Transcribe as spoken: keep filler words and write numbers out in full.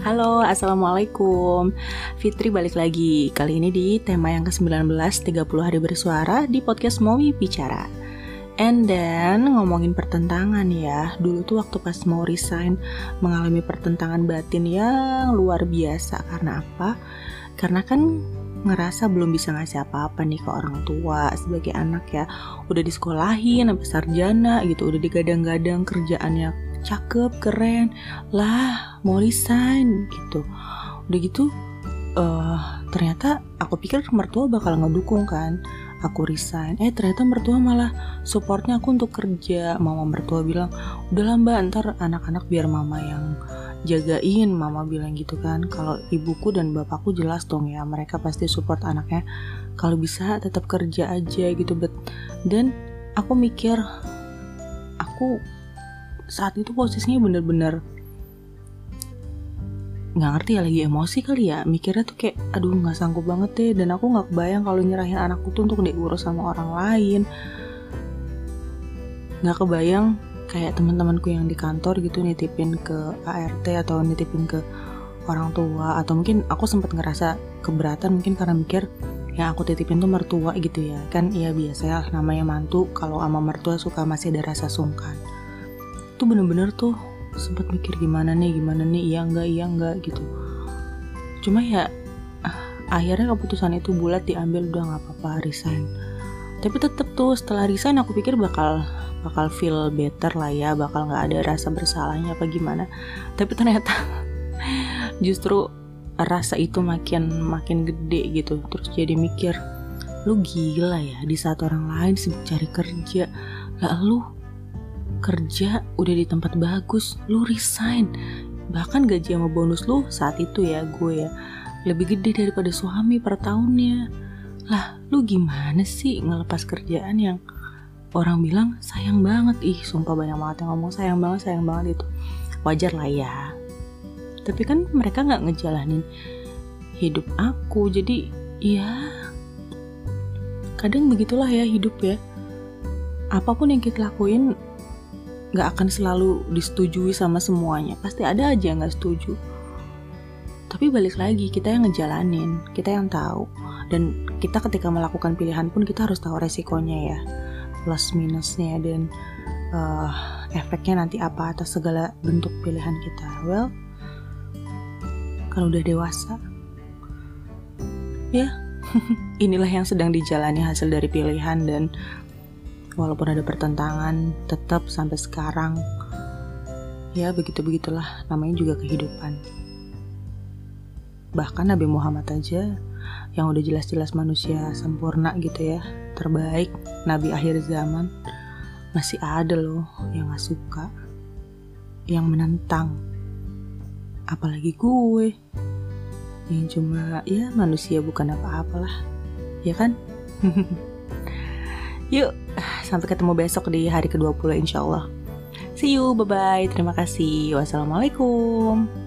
Halo, Assalamualaikum. Fitri balik lagi. Kali ini di tema yang ke sembilan belas, tiga puluh hari bersuara di podcast Mowi Bicara. And then ngomongin pertentangan ya. Dulu tuh waktu pas mau resign mengalami pertentangan batin yang luar biasa. Karena apa? Karena kan ngerasa belum bisa ngasih apa-apa nih ke orang tua sebagai anak ya. Udah disekolahin sampai sarjana gitu, udah digadang-gadang kerjaannya cakep, keren lah, mau resign gitu. Udah gitu uh, ternyata aku pikir mertua bakal ngedukung kan aku resign. Eh ternyata mertua malah supportnya aku untuk kerja. Mama mertua bilang, udahlah mbak, ntar anak-anak biar mama yang jagain. Mama bilang gitu kan. Kalau ibuku dan bapakku jelas dong ya, mereka pasti support anaknya kalau bisa tetap kerja aja gitu. But dan aku mikir, aku saat itu posisinya bener-bener nggak ngerti ya, lagi emosi kali ya, mikirnya tuh kayak aduh nggak sanggup banget deh. Dan aku nggak kebayang kalau nyerahin anakku tuh untuk diurus sama orang lain. Nggak kebayang kayak teman-temanku yang di kantor gitu nitipin ke A R T atau nitipin ke orang tua. Atau mungkin aku sempat ngerasa keberatan mungkin karena mikir yang aku titipin tuh mertua gitu ya. Kan iya biasa ya, namanya mantu kalau sama mertua suka masih ada rasa sungkan. Tuh bener-bener tuh sempat mikir gimana nih, gimana nih, iya enggak, iya enggak gitu. Cuma ya ah, akhirnya keputusan itu bulat diambil, udah nggak apa-apa resign. Tapi tetep tuh setelah resign aku pikir bakal bakal feel better lah ya, bakal nggak ada rasa bersalahnya apa gimana. Tapi ternyata justru rasa itu makin makin gede gitu. Terus jadi mikir, lu gila ya, di saat orang lain sibuk cari kerja, lah lu kerja udah di tempat bagus, lu resign, bahkan gaji sama bonus lu saat itu ya gue ya lebih gede daripada suami per tahunnya. Lah lu gimana sih ngelepas kerjaan yang orang bilang sayang banget. Ih sumpah banyak banget yang ngomong sayang banget, sayang banget itu. Wajar lah ya, tapi kan mereka gak ngejalanin hidup aku. Jadi ya kadang begitulah ya hidup ya. Apapun yang kita lakuin gak akan selalu disetujui sama semuanya. Pasti ada aja yang gak setuju. Tapi balik lagi, kita yang ngejalanin, kita yang tahu. Dan kita ketika melakukan pilihan pun kita harus tahu resikonya ya, plus minusnya, dan uh, efeknya nanti apa atas segala bentuk pilihan kita. Well, kalau udah dewasa ya inilah yang sedang dijalani hasil dari pilihan. Dan walaupun ada pertentangan, tetap sampai sekarang ya begitu-begitulah, namanya juga kehidupan. Bahkan Nabi Muhammad aja yang udah jelas-jelas manusia sempurna gitu ya, terbaik, Nabi akhir zaman, masih ada loh yang gak suka, yang menentang. Apalagi gue yang cuma ya manusia bukan apa-apalah, ya kan? Yuk, sampai ketemu besok di hari ke dua puluh insya Allah. See you, bye-bye. Terima kasih. Wassalamualaikum.